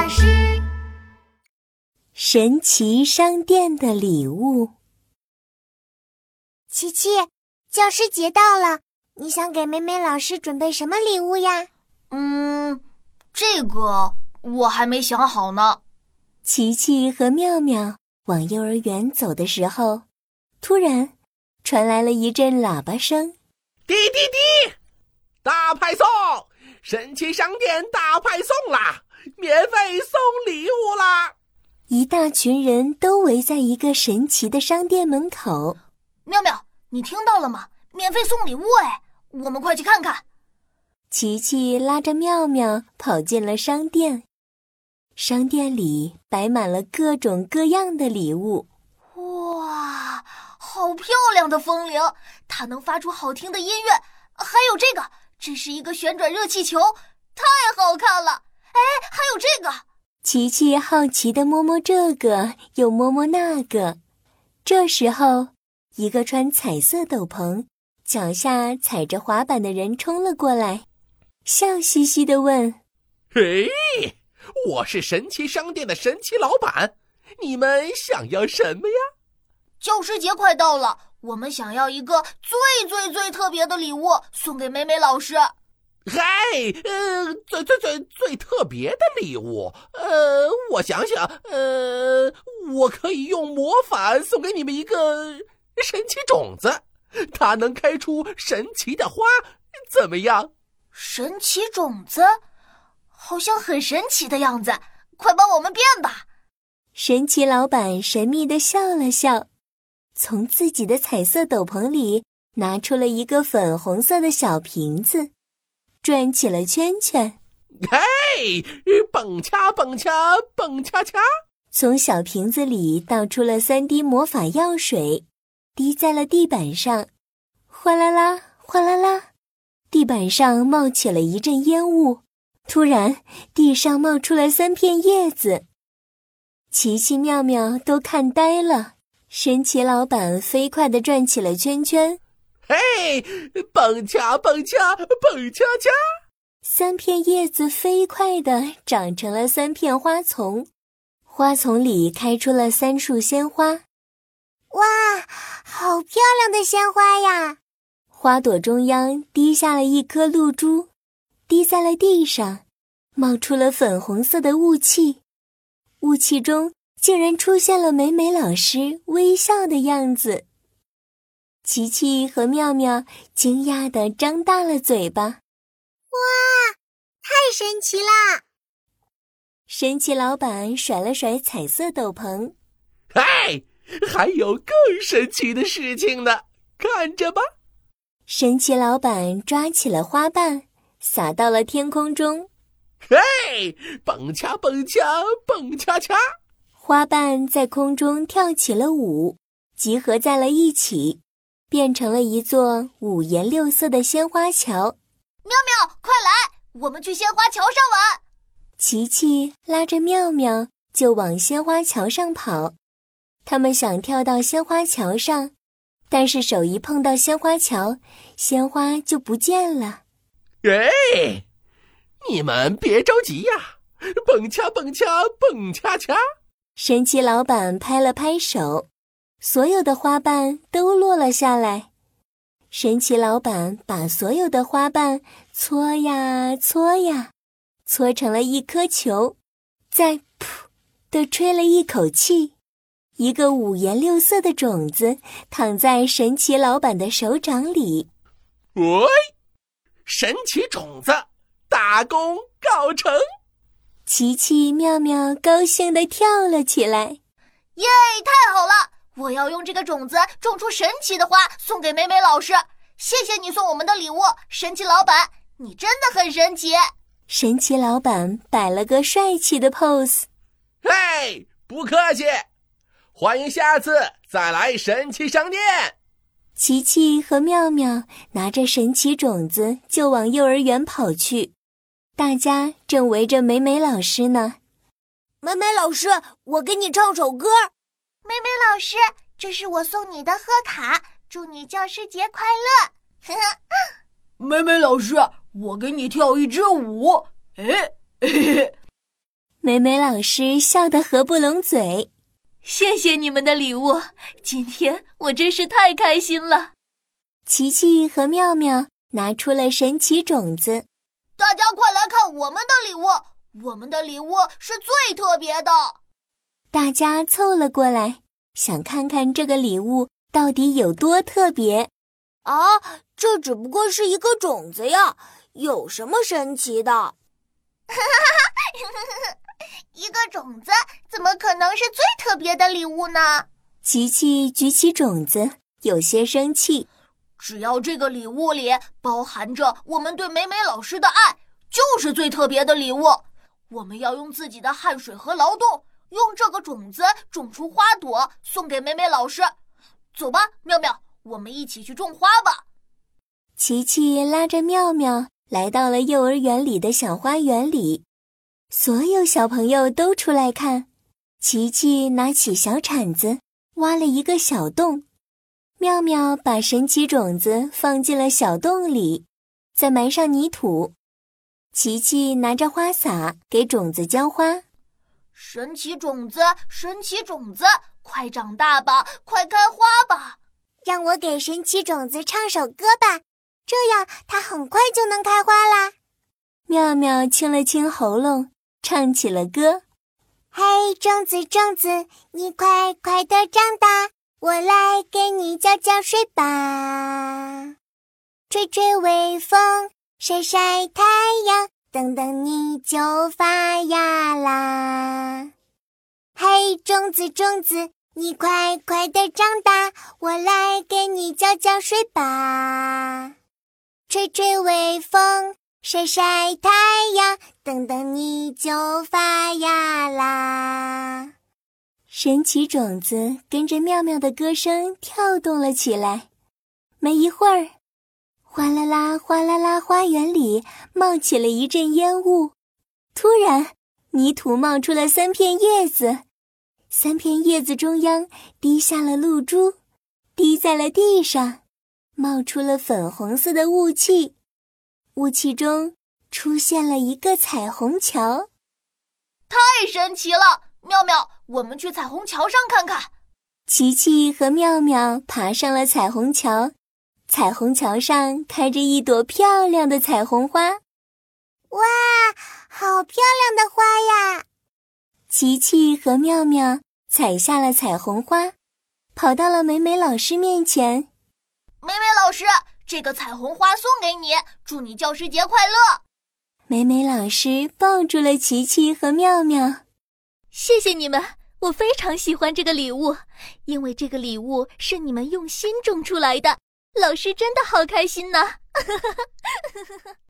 老师。 神奇商店的礼物。 琪琪，教师节到了，你想给美美老师准备什么礼物呀？ 这个我还没想好呢。 琪琪和妙妙往幼儿园走的时候，突然传来了一阵喇叭声。 滴滴滴，大派送！神奇商店大派送啦！免费送礼物啦！ 一大群人都围在一个神奇的商店门口。 妙妙，你听到了吗？免费送礼物哎，我们快去看看。 琪琪拉着妙妙跑进了商店。商店里摆满了各种各样的礼物。 哇，好漂亮的风铃，它能发出好听的音乐。还有这是一个旋转热气球，太好看了。哎，还有这个。 琪琪好奇地摸摸这个，又摸摸那个。这时候，一个穿彩色斗篷、脚下踩着滑板的人冲了过来，笑嘻嘻地问： 嘿，我是神奇商店的神奇老板，你们想要什么呀？ 教师节快到了，我们想要一个最特别的礼物送给美美老师。 嗨，最特别的礼物，我想想，我可以用魔法送给你们一个神奇种子，它能开出神奇的花，怎么样？ 神奇种子？好像很神奇的样子，快帮我们变吧。 神奇老板神秘地笑了笑，从自己的彩色斗篷里拿出了一个粉红色的小瓶子，转起了圈圈。 嘿，蹦恰蹦恰蹦恰恰， 从小瓶子里倒出了3滴魔法药水，滴在了地板上。哗啦啦，哗啦啦，地板上冒起了一阵烟雾。突然，地上冒出了3片叶子。奇奇妙妙都看呆了。神奇老板飞快地转起了圈圈。 嘿，蹦恰蹦恰蹦恰恰 ，3片叶子飞快地长成了3片花丛，花丛里开出了3束鲜花。 哇，好漂亮的鲜花呀！ 花朵中央滴下了一颗露珠，滴在了地上，冒出了粉红色的雾气。雾气中竟然出现了美美老师微笑的样子。琪琪和妙妙惊讶地张大了嘴巴。 哇，太神奇啦！ 神奇老板甩了甩彩色斗篷。 嗨，还有更神奇的事情呢，看着吧。 神奇老板抓起了花瓣，撒到了天空中。 嘿，蹦恰蹦恰蹦恰恰， 花瓣在空中跳起了舞，集合在了一起，变成了一座5颜6色的鲜花桥。 妙妙，快来，我们去鲜花桥上玩。 琪琪拉着妙妙就往鲜花桥上跑。他们想跳到鲜花桥上，但是手一碰到鲜花桥，鲜花就不见了。 哎，你们别着急呀，蹦恰蹦恰蹦恰恰。 神奇老板拍了拍手，所有的花瓣都落了下来。神奇老板把所有的花瓣搓呀搓呀，搓成了一颗球，再噗地吹了一口气，一个5颜6色的种子躺在神奇老板的手掌里。 喂，神奇种子大功告成！ 奇奇妙妙高兴地跳了起来。 耶，太好了！我要用这个种子种出神奇的花，送给美美老师。谢谢你送我们的礼物，神奇老板，你真的很神奇。 神奇老板摆了个帅气的 pose。 嘿，不客气，欢迎下次再来神奇商店。 琪琪和妙妙拿着神奇种子就往幼儿园跑去，大家正围着美美老师呢。 美美老师，我给你唱首歌。 美美老师，这是我送你的贺卡，祝你教师节快乐。 美美老师，我给你跳一支舞。 美美老师笑得合不拢嘴。 谢谢你们的礼物，今天我真是太开心了。 琪琪和妙妙拿出了神奇种子， 大家快来看我们的礼物，我们的礼物是最特别的。 大家凑了过来，想看看这个礼物到底有多特别。 啊，这只不过是一个种子呀，有什么神奇的？ 一个种子怎么可能是最特别的礼物呢？ 琪琪举起种子，有些生气。 只要这个礼物里包含着我们对美美老师的爱，就是最特别的礼物。我们要用自己的汗水和劳动，用这个种子种出花朵，送给美美老师。走吧，妙妙，我们一起去种花吧。 琪琪拉着妙妙来到了幼儿园里的小花园里，所有小朋友都出来看。琪琪拿起小铲子，挖了一个小洞。妙妙把神奇种子放进了小洞里，再埋上泥土。琪琪拿着花洒给种子浇花。 神奇种子，神奇种子，快长大吧，快开花吧！ 让我给神奇种子唱首歌吧，这样它很快就能开花啦。 妙妙清了清喉咙，唱起了歌。 嘿，种子种子，你快快地长大，我来给你浇浇水吧。吹吹微风，晒晒太阳，等等你就发芽啦。嘿，种子种子，你快快地长大，我来给你浇浇水吧。吹吹微风，晒晒太阳，等等你就发芽啦。 神奇种子跟着妙妙的歌声跳动了起来。没一会儿，哗啦啦哗啦啦，花园里冒起了一阵烟雾。突然，泥土冒出了3片叶子，3片叶子中央滴下了露珠，滴在了地上，冒出了粉红色的雾气。雾气中出现了一个彩虹桥。 太神奇了！妙妙，我们去彩虹桥上看看。 琪琪和妙妙爬上了彩虹桥，彩虹桥上开着一朵漂亮的彩虹花。 哇，好漂亮的花呀！ 琪琪和妙妙采下了彩虹花，跑到了美美老师面前。 美美老师，这个彩虹花送给你，祝你教师节快乐。 美美老师抱住了琪琪和妙妙。 谢谢你们，我非常喜欢这个礼物，因为这个礼物是你们用心种出来的，老师真的好开心呢。